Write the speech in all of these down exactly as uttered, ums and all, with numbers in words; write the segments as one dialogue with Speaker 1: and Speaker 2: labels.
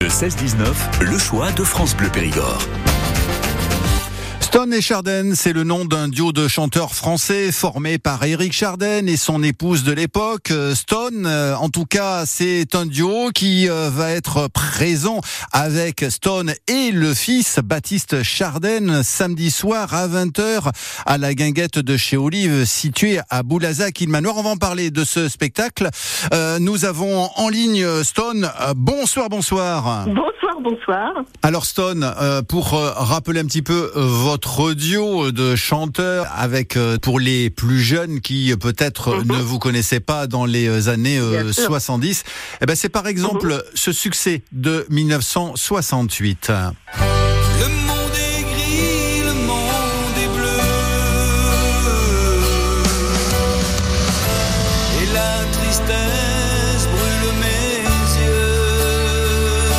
Speaker 1: Le seize dix-neuf, le choix de France Bleu Périgord.
Speaker 2: Stone et Chardenne, c'est le nom d'un duo de chanteurs français formé par Éric Chardenne et son épouse de l'époque, Stone. En tout cas, c'est un duo qui va être présent avec Stone et le fils, Baptiste Chardenne, samedi soir à vingt heures à la guinguette de chez Olive, située à Boulazac-Ilmanoir. On va en parler de ce spectacle. Euh, nous avons en ligne Stone. Bonsoir, bonsoir.
Speaker 3: Bonsoir, bonsoir.
Speaker 2: Alors Stone, euh, pour euh, rappeler un petit peu euh, votre duo de chanteurs avec, euh, pour les plus jeunes qui euh, peut-être mm-hmm. ne vous connaissaient pas dans les années euh, soixante-dix, eh ben c'est par exemple mm-hmm. ce succès de mille neuf cent soixante-huit.
Speaker 4: Le monde est gris, le monde est bleu, et la tristesse brûle mes yeux.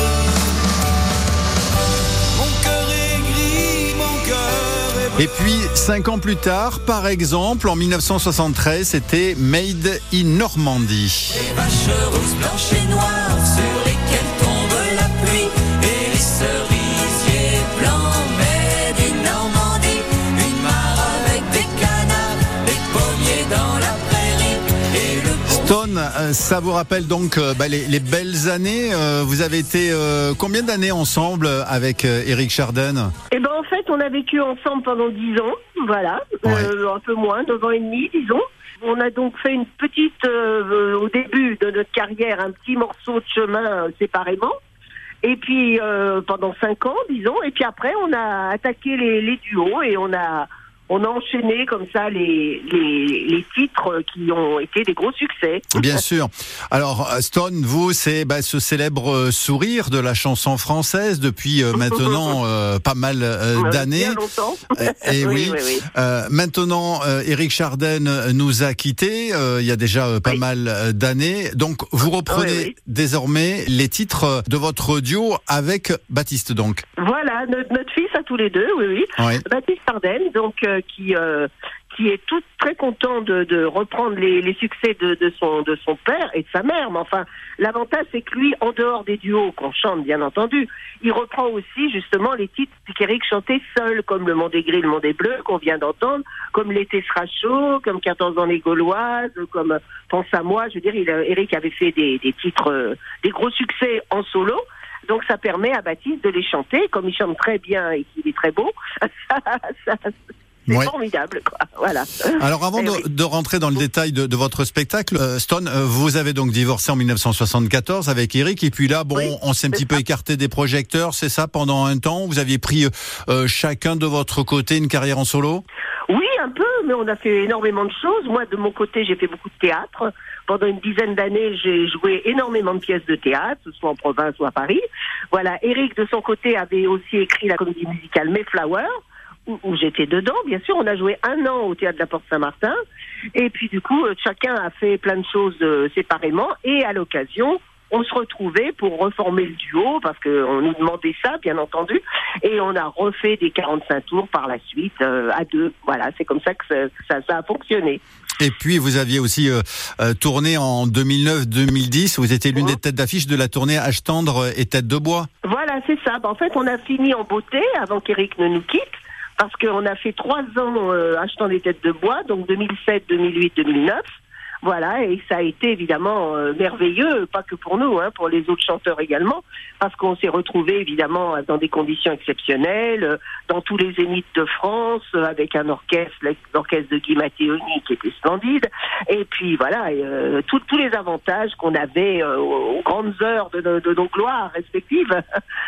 Speaker 4: Mon cœur est gris, mon cœur est bleu.
Speaker 2: Et puis, cinq ans plus tard, par exemple, en mille neuf cent soixante-treize, c'était Made in Normandie.
Speaker 4: Les vaches roses, blanches et noires, sur lesquelles tombe la pluie, et les cerisiers blancs, Made in Normandie. Une mare avec des canards, des pommiers dans la prairie, et le bon...
Speaker 2: Stone, euh, ça vous rappelle donc euh, bah, les, les belles années. Euh, vous avez été euh, combien d'années ensemble avec euh, Éric Chardenne?
Speaker 3: Eh ben en fait, on a vécu ensemble pendant dix ans, voilà,
Speaker 2: Ouais.
Speaker 3: euh, un peu moins, deux ans et demi, disons. On a donc fait une petite, euh, au début de notre carrière, un petit morceau de chemin euh, séparément. Et puis euh, pendant cinq ans, disons. Et puis après, on a attaqué les, les duos et on a, on a enchaîné comme ça les, les, les titres qui ont été des gros succès.
Speaker 2: Bien sûr. Alors Stone, vous, c'est bah, ce célèbre sourire de la chanson française depuis euh, maintenant euh, pas mal euh, d'années.
Speaker 3: Bien longtemps.
Speaker 2: Et oui.
Speaker 3: oui, oui, oui.
Speaker 2: Euh, maintenant, euh, Éric Chardenne nous a quittés. Euh, il y a déjà euh, pas
Speaker 3: Oui.
Speaker 2: mal d'années. Donc, vous reprenez
Speaker 3: Oui, oui.
Speaker 2: désormais les titres de votre duo avec Baptiste. Donc.
Speaker 3: Voilà, notre, notre fils à tous les deux, oui, oui.
Speaker 2: Oui.
Speaker 3: Baptiste Chardenne, donc euh, qui euh, qui est tout très content de, de reprendre les, les succès de, de son de son père et de sa mère. Mais enfin, l'avantage c'est que lui, en dehors des duos qu'on chante, bien entendu, il reprend aussi justement les titres qu'Éric chantait seul, comme Le Monde est gris, le monde est bleu, qu'on vient d'entendre, comme L'été sera chaud, comme quatorze ans les Gauloises, comme Pense à moi. Je veux dire, il, Éric avait fait des, des titres, euh, des gros succès en solo. Donc ça permet à Baptiste de les chanter, comme il chante très bien et qu'il est très beau. ça, ça, c'est
Speaker 2: Ouais.
Speaker 3: formidable, quoi. Voilà.
Speaker 2: Alors avant
Speaker 3: Eh
Speaker 2: de,
Speaker 3: oui.
Speaker 2: de rentrer dans le détail de, de votre spectacle, euh, Stone, euh, vous avez donc divorcé en mille neuf cent soixante-quatorze avec Éric, et puis là, bon,
Speaker 3: Oui,
Speaker 2: on s'est un petit
Speaker 3: c'est
Speaker 2: peu
Speaker 3: ça.
Speaker 2: écarté des projecteurs, c'est ça, pendant un temps. Vous aviez pris euh, chacun de votre côté une carrière en solo?
Speaker 3: Oui, un peu, mais on a fait énormément de choses. Moi, de mon côté, j'ai fait beaucoup de théâtre. Pendant une dizaine d'années, j'ai joué énormément de pièces de théâtre, soit en province ou à Paris. Voilà, Éric, de son côté, avait aussi écrit la comédie musicale Mayflower, où, où j'étais dedans, bien sûr. On a joué un an au Théâtre de la Porte Saint-Martin. Et puis, du coup, euh, chacun a fait plein de choses euh, séparément. Et à l'occasion, on se retrouvait pour reformer le duo, parce qu'on nous demandait ça, bien entendu. Et on a refait des quarante-cinq tours par la suite, euh, à deux. Voilà, c'est comme ça que ça, ça, ça a fonctionné.
Speaker 2: Et puis vous aviez aussi euh, euh, tourné en deux mille neuf deux mille dix, vous étiez l'une
Speaker 3: Mmh.
Speaker 2: des têtes d'affiche de la tournée Âge tendre et Tête de bois.
Speaker 3: Voilà, c'est ça. En fait, on a fini en beauté avant qu'Éric ne nous quitte, parce qu'on a fait trois ans euh, achetant des têtes de bois, donc deux mille sept, deux mille huit, deux mille neuf. Voilà, et ça a été évidemment euh, merveilleux, pas que pour nous, hein, pour les autres chanteurs également, parce qu'on s'est retrouvés évidemment dans des conditions exceptionnelles, euh, dans tous les zéniths de France, euh, avec un orchestre, l'orchestre de Guy Matteoni qui était splendide, et puis voilà, euh, tous tous les avantages qu'on avait euh, aux grandes heures de, de, de nos gloires respectives,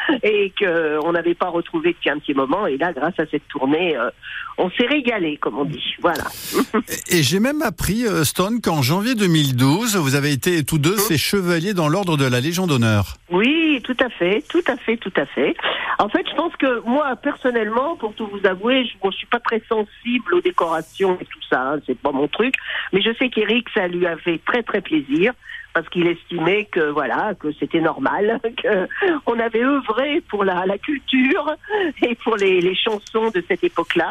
Speaker 3: et qu'on n'avait pas retrouvé depuis un petit moment, et là, grâce à cette tournée, euh, on s'est régalé, comme on dit, voilà.
Speaker 2: Et, et j'ai même appris, euh, Stone, qu'en janvier deux mille douze, vous avez été tous deux faits chevaliers dans l'ordre de la Légion d'honneur.
Speaker 3: Oui, tout à fait, tout à fait, tout à fait. En fait, je pense que moi, personnellement, pour tout vous avouer, je ne suis pas très sensible aux décorations et tout ça, hein, c'est pas mon truc. Mais je sais qu'Éric, ça lui a fait très très plaisir, parce qu'il estimait que voilà, que c'était normal, que on avait œuvré pour la, la culture et pour les, les chansons de cette époque-là.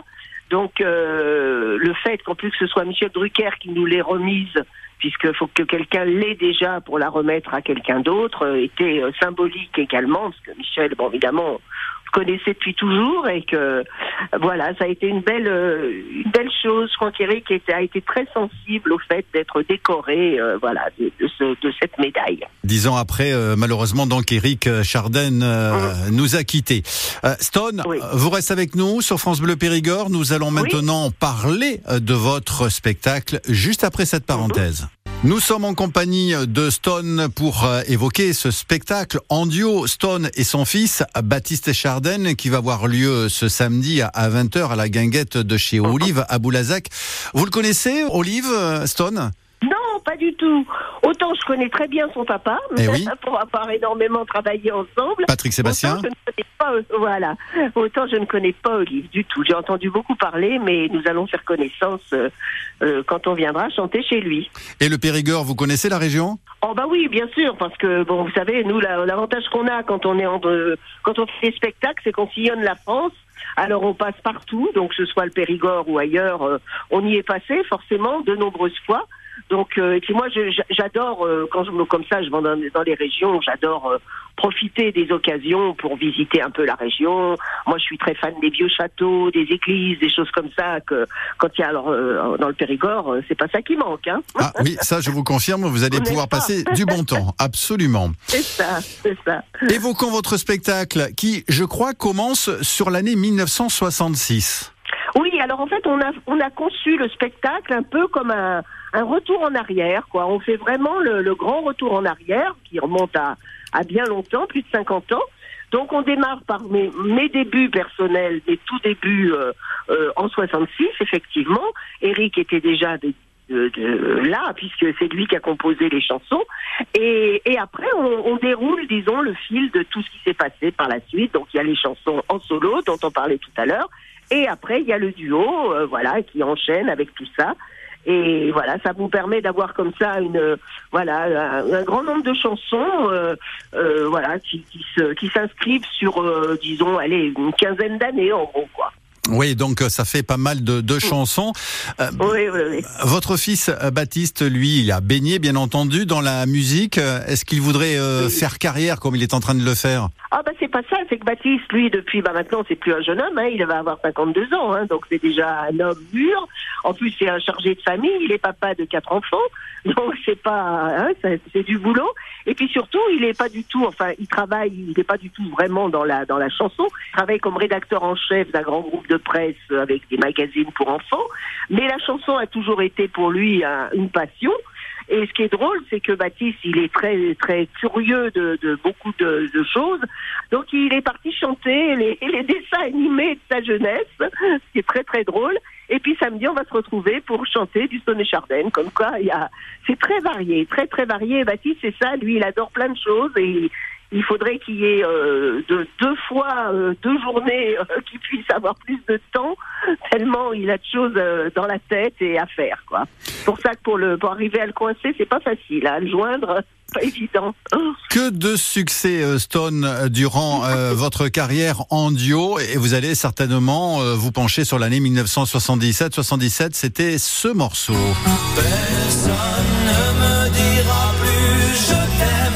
Speaker 3: Donc euh, le fait qu'en plus que ce soit Michel Drucker qui nous l'ait remise, puisqu'il faut que quelqu'un l'ait déjà pour la remettre à quelqu'un d'autre, euh, était euh, symbolique également, parce que Michel, bon évidemment, connaissait depuis toujours et que voilà, ça a été une belle euh, une belle chose. Franck Éric était, a été très sensible au fait d'être décoré euh, voilà de, de, ce, de cette médaille.
Speaker 2: Dix ans après, euh, malheureusement, donc Éric Chardin euh, mmh. nous a quittés. Euh, Stone, oui. vous restez avec nous sur France Bleu Périgord. Nous allons maintenant oui. parler de votre spectacle juste après cette parenthèse. Mmh. Nous sommes en compagnie de Stone pour évoquer ce spectacle en duo, Stone et son fils, Baptiste Chardin, qui va avoir lieu ce samedi à vingt heures à la guinguette de chez Olive à Boulazac. Vous le connaissez, Olive, Stone ?
Speaker 3: Non, pas du tout. Autant je connais très bien son papa,
Speaker 2: eh oui.
Speaker 3: pour avoir énormément travaillé ensemble.
Speaker 2: Patrick Sébastien.
Speaker 3: Autant je ne connais pas, voilà. Autant je ne connais pas Olive du tout. J'ai entendu beaucoup parler, mais nous allons faire connaissance euh, euh, quand on viendra chanter chez lui.
Speaker 2: Et le Périgord, vous connaissez la région ?
Speaker 3: Oh bah oui, bien sûr, parce que bon, vous savez, nous l'avantage qu'on a quand on est en, euh, quand on fait des spectacles, c'est qu'on sillonne la France. Alors on passe partout, donc que ce soit le Périgord ou ailleurs, euh, on y est passé forcément de nombreuses fois. Donc, euh, et puis moi, je, j'adore, euh, quand je me comme ça, je vais dans, dans les régions, j'adore euh, profiter des occasions pour visiter un peu la région. Moi, je suis très fan des vieux châteaux, des églises, des choses comme ça, que quand il y a alors, euh, dans le Périgord, c'est pas ça qui manque. Hein.
Speaker 2: Ah oui, ça, je vous confirme, vous allez pouvoir passer du bon temps, absolument.
Speaker 3: C'est ça, c'est ça.
Speaker 2: Évoquons votre spectacle qui, je crois, commence sur l'année mille neuf cent soixante-six.
Speaker 3: Oui, alors en fait, on a on a conçu le spectacle un peu comme un un retour en arrière, quoi. On fait vraiment le, le grand retour en arrière qui remonte à à bien longtemps, plus de cinquante ans. Donc on démarre par mes mes débuts personnels, mes tout débuts euh, euh, en soixante-six, effectivement. Éric était déjà de, de, de là, puisque c'est lui qui a composé les chansons. Et, et après, on, on déroule, disons, le fil de tout ce qui s'est passé par la suite. Donc il y a les chansons en solo dont on parlait tout à l'heure. Et après, il y a le duo, euh, voilà, qui enchaîne avec tout ça. Et voilà, ça vous permet d'avoir comme ça une, voilà, un, un grand nombre de chansons, euh, euh, voilà, qui, qui se, qui s'inscrivent sur, euh, disons, allez, une quinzaine d'années en gros, quoi.
Speaker 2: Oui, donc ça fait pas mal de, de chansons. Euh,
Speaker 3: oui, oui, oui.
Speaker 2: Votre fils Baptiste, lui, il a baigné, bien entendu, dans la musique. Est-ce qu'il voudrait euh, oui. faire carrière comme il est en train de le faire ?
Speaker 3: Ah bah c'est pas ça, c'est que Baptiste, lui, depuis, bah maintenant c'est plus un jeune homme, hein, il va avoir cinquante-deux ans, hein, donc c'est déjà un homme mûr. En plus c'est un chargé de famille, il est papa de quatre enfants, donc c'est pas, hein, c'est, c'est du boulot. Et puis surtout, il est pas du tout, enfin, il travaille, il est pas du tout vraiment dans la dans la chanson. Il travaille comme rédacteur en chef d'un grand groupe de presse avec des magazines pour enfants. Mais la chanson a toujours été pour lui un, une passion. Et ce qui est drôle, c'est que Baptiste, il est très très curieux de, de beaucoup de, de choses. Donc il est parti chanter les, les dessins animés de sa jeunesse, ce qui est très très drôle. Et puis samedi, on va se retrouver pour chanter du Stone et Chardin. Comme quoi, il y a, c'est très varié, très très varié. Et Baptiste, c'est ça, lui, il adore plein de choses et il faudrait qu'il y ait euh, de, deux fois euh, deux journées euh, qu'il puisse avoir plus de temps, tellement il a de choses euh, dans la tête et à faire, quoi. C'est pour ça que pour le pour arriver à le coincer, c'est pas facile, hein, à le joindre, pas évident.
Speaker 2: Que de succès, euh, Stone, durant euh, votre carrière en duo, et vous allez certainement euh, vous pencher sur l'année mille neuf cent soixante-dix-sept. soixante-dix-sept, c'était ce morceau.
Speaker 4: Personne ne me dira plus je t'aime.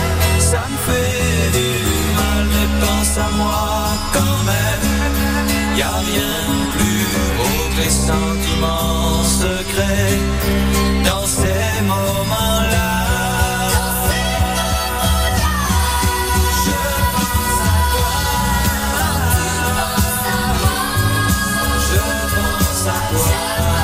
Speaker 4: Ça me fait du mal, mais pense à moi quand même. Y a rien de plus beau que les sentiments secrets dans ces moments-là. Je pense à toi. Je pense à toi.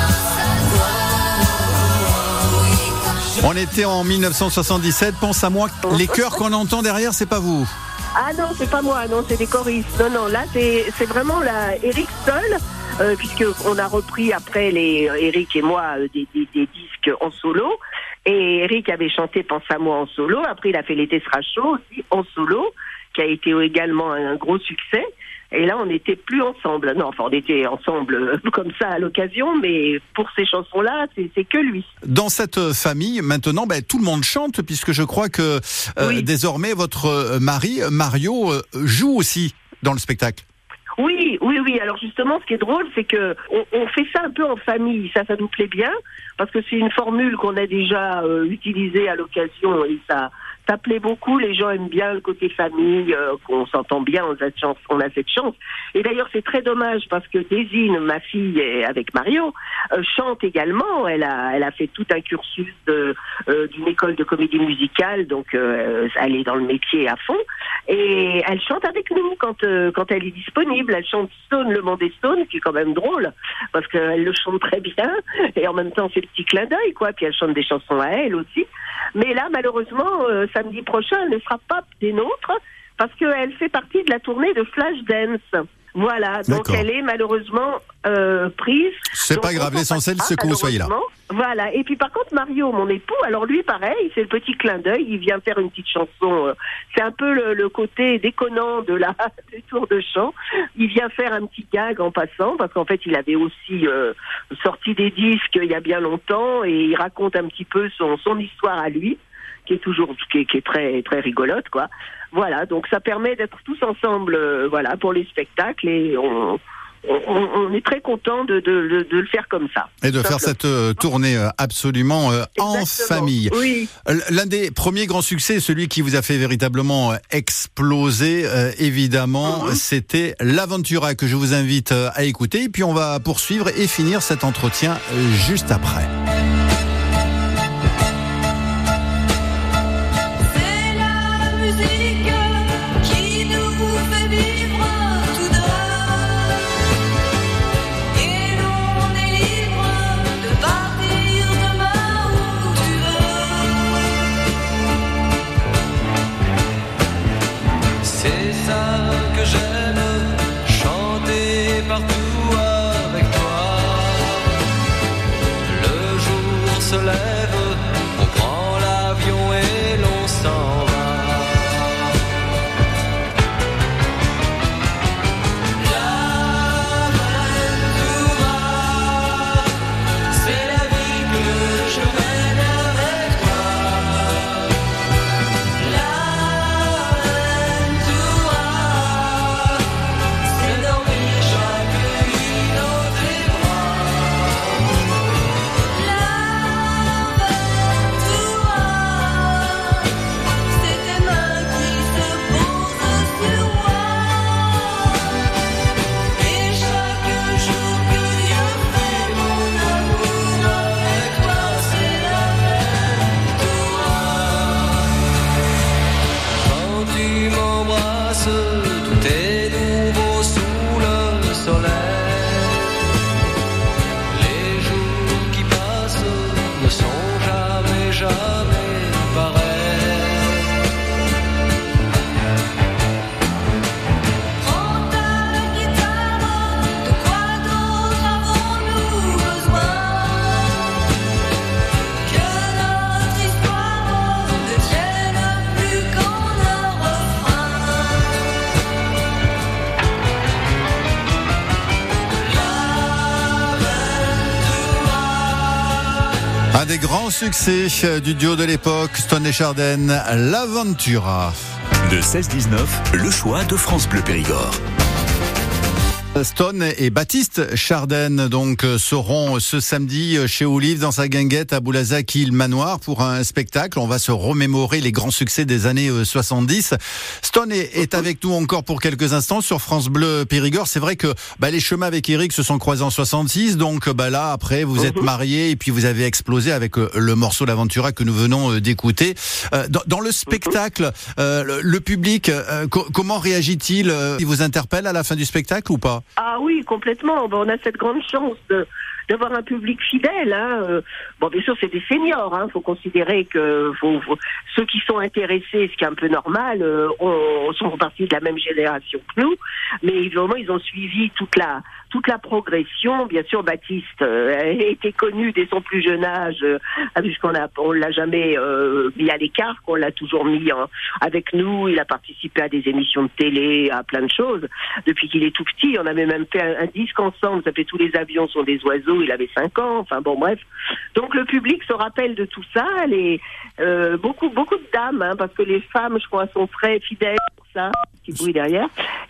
Speaker 2: On était en mille neuf cent soixante-dix-sept, pense à moi. Les chœurs qu'on entend derrière, c'est pas vous?
Speaker 3: Ah non, c'est pas moi, non, c'est des choristes. Non, non, là, c'est, c'est vraiment la Éric seul, euh, puisqu'on a repris après, les Éric et moi, euh, des, des, des disques en solo. Et Éric avait chanté Pense à moi en solo. Après, il a fait L'été sera chaud aussi en solo, qui a été également un gros succès. Et là, on n'était plus ensemble. Non, enfin, on était ensemble comme ça à l'occasion, mais pour ces chansons-là, c'est, c'est que lui.
Speaker 2: Dans cette famille, maintenant, ben, tout le monde chante, puisque je crois que euh, oui. désormais, votre mari, Mario, euh, joue aussi dans le spectacle.
Speaker 3: Oui, oui, oui. Alors justement, ce qui est drôle, c'est que on, on fait ça un peu en famille. Ça, ça nous plaît bien parce que c'est une formule qu'on a déjà euh, utilisée à l'occasion et ça, ça plaît beaucoup. Les gens aiment bien le côté famille, euh, qu'on s'entend bien. On a cette chance. On a cette chance. Et d'ailleurs, c'est très dommage parce que Désine, ma fille, et avec Mario, euh, chante également. Elle a, elle a fait tout un cursus de, euh, d'une école de comédie musicale, donc euh, elle est dans le métier à fond. Et elle chante avec nous quand euh, quand elle est disponible. Elle chante Stone, le monde des Stones, qui est quand même drôle parce qu'elle le chante très bien et en même temps c'est le petit clin d'œil quoi. Puis elle chante des chansons à elle aussi. Mais là malheureusement euh, samedi prochain elle ne sera pas des nôtres parce qu'elle fait partie de la tournée de Flashdance. Voilà, donc
Speaker 2: D'accord.
Speaker 3: elle est malheureusement euh, prise.
Speaker 2: C'est
Speaker 3: Donc,
Speaker 2: pas grave,
Speaker 3: on
Speaker 2: l'essentiel
Speaker 3: s'en passe
Speaker 2: c'est que vous soyez là.
Speaker 3: malheureusement. Voilà, et puis par contre Mario, mon époux, alors lui pareil, c'est le petit clin d'œil, il vient faire une petite chanson, euh, c'est un peu le, le côté déconnant de la des tours de chant, il vient faire un petit gag en passant, parce qu'en fait il avait aussi euh, sorti des disques il y a bien longtemps, et il raconte un petit peu son, son histoire à lui, qui est toujours, qui est, qui est très, très rigolote, quoi. Voilà, donc ça permet d'être tous ensemble, euh, voilà, pour les spectacles, et on... On, on est très content de, de, de, de le faire comme ça.
Speaker 2: Et de
Speaker 3: Simple.
Speaker 2: faire cette euh, tournée euh, absolument euh, en
Speaker 3: Exactement.
Speaker 2: famille.
Speaker 3: Oui.
Speaker 2: L- L'un des premiers grands succès, celui qui vous a fait véritablement euh, exploser, euh, évidemment,
Speaker 3: Mhm.
Speaker 2: c'était l'Aventura que je vous invite euh, à écouter. Et puis on va poursuivre et finir cet entretien euh, juste après.
Speaker 5: C'est la musique qui nous fait vivre tout deux. Et l'on est libre de partir demain où tu veux.
Speaker 4: C'est ça que j'aime, chanter partout avec toi. Le jour se lève, on prend l'avion et l'on s'en va. L'Aventura, c'est la vie que je mène avec toi. L'Aventura, c'est dormir chaque nuit dans tes bras.
Speaker 5: L'Aventura, c'est tes mains qui se posent sur moi. Et chaque jour que je fais mon amour avec toi, c'est l'Aventura.
Speaker 4: Quand tu m'embrasses, tout est nouveau sous le soleil. Les jours qui passent ne sont jamais, jamais pareils.
Speaker 5: Prends ta guitare, de quoi d'autre avons-nous besoin? Que notre histoire ne tienne plus qu'en un refrain.
Speaker 2: Un des grands succès euh, du duo de l'époque, Stone et Chardin, l'Aventura.
Speaker 1: De seize dix-neuf, le choix de France Bleu Périgord.
Speaker 2: Stone et Baptiste Chardin donc euh, seront ce samedi euh, chez Olive dans sa guinguette à Boulazac île Manoir pour un spectacle. On va se remémorer les grands succès des années euh, soixante-dix. Stone est, est avec nous encore pour quelques instants sur France Bleu Périgord. C'est vrai que bah, les chemins avec Eric se sont croisés en soixante-six, donc bah, là après vous êtes mariés et puis vous avez explosé avec euh, le morceau l'Aventura que nous venons euh, d'écouter. Euh, dans, dans le spectacle, euh, le, le public, euh, co- comment réagit-il? euh, Il vous interpelle à la fin du spectacle ou pas?
Speaker 3: Ah oui, complètement. Bon, on a cette grande chance de d'avoir un public fidèle. Hein. Euh, Bon, bien sûr, c'est des seniors. Il hein. faut considérer que faut, faut- ceux qui sont intéressés, ce qui est un peu normal, euh, on, sont partis de la même génération que nous. Mais évidemment, ils ont suivi toute la toute la progression. Bien sûr, Baptiste euh, a été connu dès son plus jeune âge, euh, puisqu'on a on l'a jamais euh, mis à l'écart, qu'on l'a toujours mis hein, avec nous. Il a participé à des émissions de télé, à plein de choses. Depuis qu'il est tout petit, on avait même fait un, un disque ensemble. Ça s'appelait Tous les avions sont des oiseaux. Il avait cinq ans. Enfin bon, bref. Donc le public se rappelle de tout ça. Les euh, beaucoup beaucoup de dames, hein, parce que les femmes, je crois, sont très fidèles pour ça. Petit bruit derrière.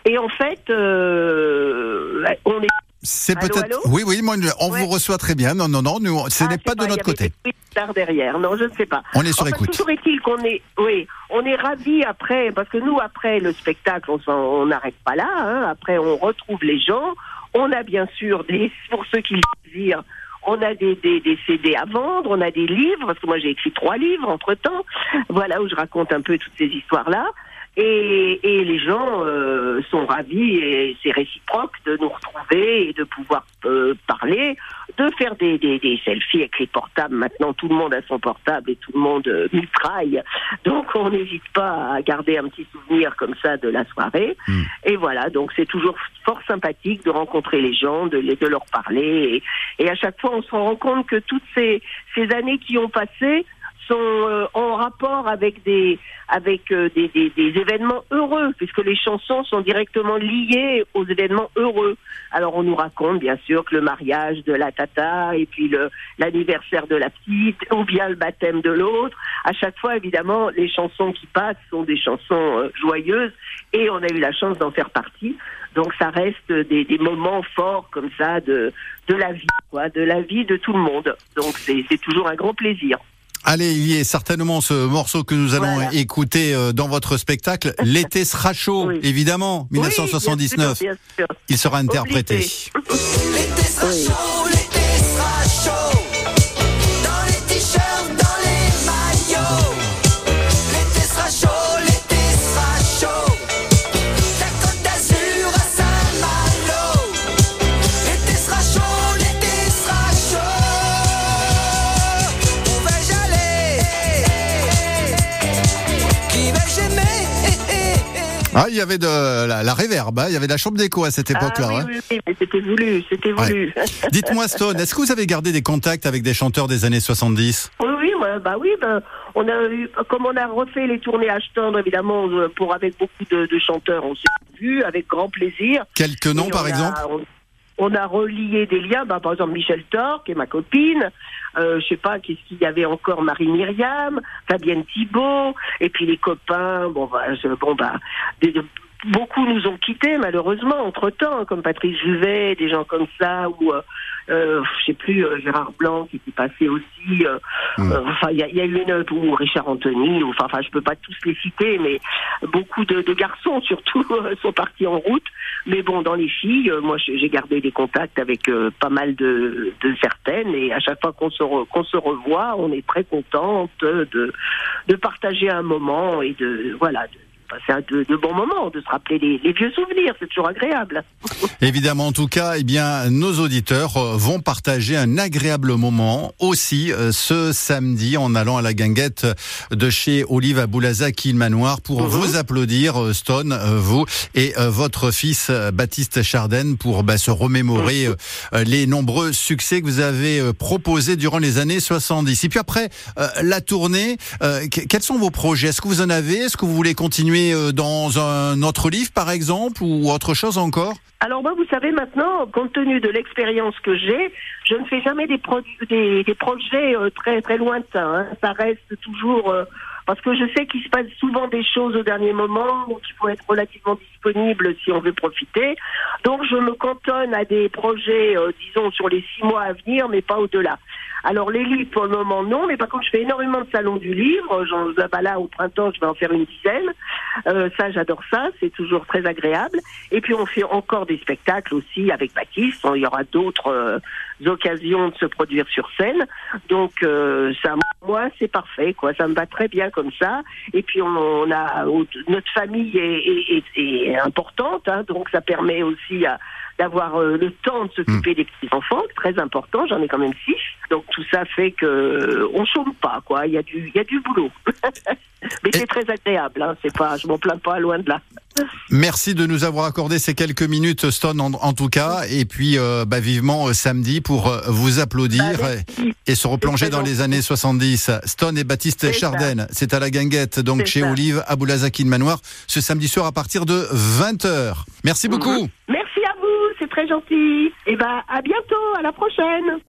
Speaker 3: Et en fait, euh, on est...
Speaker 2: C'est
Speaker 3: Allô,
Speaker 2: peut-être.
Speaker 3: allô
Speaker 2: Oui, oui, moi, on
Speaker 3: Ouais.
Speaker 2: vous reçoit très bien. Non, non, non, nous, ce
Speaker 3: Ah,
Speaker 2: n'est
Speaker 3: je
Speaker 2: pas
Speaker 3: sais
Speaker 2: de notre
Speaker 3: il y avait
Speaker 2: côté.
Speaker 3: des bruits de tard derrière. Non, je ne sais pas.
Speaker 2: On est sur
Speaker 3: Enfin,
Speaker 2: écoute.
Speaker 3: Toujours est-il qu'on est, oui, on est ravis après, parce que nous, après le spectacle, on s'en- on n'arrête pas là. Hein. Après, on retrouve les gens. On a bien sûr des, pour ceux qui le désirent, on a des, des, des C D à vendre, on a des livres, parce que moi j'ai écrit trois livres entre-temps, voilà, où je raconte un peu toutes ces histoires-là. Et, et les gens euh, sont ravis et c'est réciproque de nous retrouver et de pouvoir euh, parler, de faire des, des, des selfies avec les portables. Maintenant, tout le monde a son portable et tout le monde euh, mitraille. Donc, on n'hésite pas à garder un petit souvenir comme ça de la soirée.
Speaker 2: Mm.
Speaker 3: Et voilà, donc c'est toujours fort sympathique de rencontrer les gens, de, les, de leur parler. Et, et à chaque fois, on se rend compte que toutes ces, ces années qui ont passé sont euh, en rapport avec des avec euh, des, des, des événements heureux, puisque les chansons sont directement liées aux événements heureux. Alors on nous raconte bien sûr que le mariage de la tata et puis le l'anniversaire de la petite ou bien le baptême de l'autre. À chaque fois, évidemment, les chansons qui passent sont des chansons euh, joyeuses et on a eu la chance d'en faire partie. Donc ça reste des, des moments forts comme ça de de la vie, quoi, de la vie de tout le monde. Donc c'est c'est toujours un grand plaisir.
Speaker 2: Allez, il y est certainement ce morceau que nous allons
Speaker 3: Voilà.
Speaker 2: écouter euh, dans votre spectacle. L'été sera chaud,
Speaker 3: Oui.
Speaker 2: évidemment, mille neuf cent soixante-dix-neuf.
Speaker 3: Oui, bien sûr, bien sûr.
Speaker 2: Il sera interprété.
Speaker 3: Obligé.
Speaker 4: L'été sera
Speaker 3: Oui.
Speaker 4: chaud, l'été sera chaud. Dans les t-shirts, dans les maillots. L'été sera chaud, l'été sera chaud. La Côte d'Azur à Saint-Malo. L'été sera chaud, l'été sera chaud. Où vais-je aller? Qui vais-je aimer?
Speaker 2: Ah, il y avait de la, la réverb, hein, il y avait de la chambre d'écho à cette époque-là.
Speaker 3: Ah,
Speaker 2: hein.
Speaker 3: oui, oui, oui, mais c'était voulu, c'était voulu.
Speaker 2: Dites-moi, Stone, est-ce que vous avez gardé des contacts avec des chanteurs des années soixante-dix?
Speaker 3: Oui, oui, bah, bah oui, bah, on a eu, comme on a refait les tournées à Tendre, évidemment, euh, pour avec beaucoup de, de chanteurs, on s'est vus avec grand plaisir.
Speaker 2: Quelques noms,
Speaker 3: Et
Speaker 2: par
Speaker 3: on a-
Speaker 2: exemple?
Speaker 3: on, on a relié des liens, bah, par exemple Michel Thor, qui est ma copine, euh, je sais pas, qu'est-ce qu'il y avait encore, Marie-Myriam, Fabienne Thibault, et puis les copains, bon, bah, je- bon, bah, des- de- beaucoup nous ont quittés, malheureusement, entre-temps, comme Patrice Juvet, des gens comme ça, ou, euh, euh, je sais plus, euh, Gérard Blanc, qui était passé aussi, euh,
Speaker 2: Mm.
Speaker 3: euh, enfin, il y a, il y a eu une, ou Richard Anthony, ou, enfin, enfin, je peux pas tous les citer, mais beaucoup de, de garçons, surtout, euh, sont partis en route. Mais bon, dans les filles, euh, moi, j'ai j'ai gardé des contacts avec euh, pas mal de, de certaines, et à chaque fois qu'on se, re- qu'on se revoit, on est très contente de, de partager un moment et de, voilà, de passer un- de, de bons moments, de se rappeler les, les vieux souvenirs, c'est toujours agréable.
Speaker 2: Évidemment, en tout cas, eh bien, nos auditeurs euh, vont partager un agréable moment aussi euh, ce samedi en allant à la guinguette de chez Olive à Boulazac-il Manoir pour
Speaker 3: Mhm.
Speaker 2: vous applaudir, euh, Stone, euh, vous et euh, votre fils euh, Baptiste Chardenne pour bah, se remémorer euh, euh, les nombreux succès que vous avez euh, proposés durant les années soixante-dix. Et puis après, euh, la tournée, euh, que- quels sont vos projets? Est-ce que vous en avez? Est-ce que vous voulez continuer euh, dans un autre livre, par exemple, ou autre chose encore?
Speaker 3: Alors moi, vous savez, maintenant, compte tenu de l'expérience que j'ai, je ne fais jamais des, produits, des, des projets euh, très très lointains. Hein. Ça reste toujours... euh, parce que je sais qu'il se passe souvent des choses au dernier moment, donc il faut être relativement disponible si on veut profiter. Donc je me cantonne à des projets, euh, disons, sur les six mois à venir, mais pas au-delà. Alors les livres, pour le moment, non, mais par contre, je fais énormément de salons du livre. J'en, bah, là, au printemps, je vais en faire une dizaine. Euh, ça, j'adore ça, c'est toujours très agréable. Et puis on fait encore des spectacles aussi avec Baptiste. Il y aura d'autres euh, occasions de se produire sur scène. Donc euh, ça, moi, c'est parfait, quoi. Ça me va très bien comme ça. Et puis on, on a notre famille est, est, est, est importante, hein, donc ça permet aussi à, d'avoir euh, le temps de s'occuper mmh. des petits enfants, très important. J'en ai quand même six. Donc tout ça fait que euh, on chôme pas, quoi. Il y a du, il y a du boulot. Mais c'est très agréable, hein. C'est pas, je m'en plains pas, loin de là.
Speaker 2: Merci de nous avoir accordé ces quelques minutes, Stone, en, en tout cas, et puis euh, bah, vivement euh, samedi pour euh, vous applaudir
Speaker 3: bah,
Speaker 2: et, et se replonger dans les années soixante-dix. Stone et Baptiste c'est Chardenne, ça. C'est à la guinguette, donc c'est chez ça. Olive à Boulazac-il Manoir, ce samedi soir à partir de vingt heures. Merci beaucoup.
Speaker 3: Merci à vous, c'est très gentil. Et ben à bientôt, à la prochaine.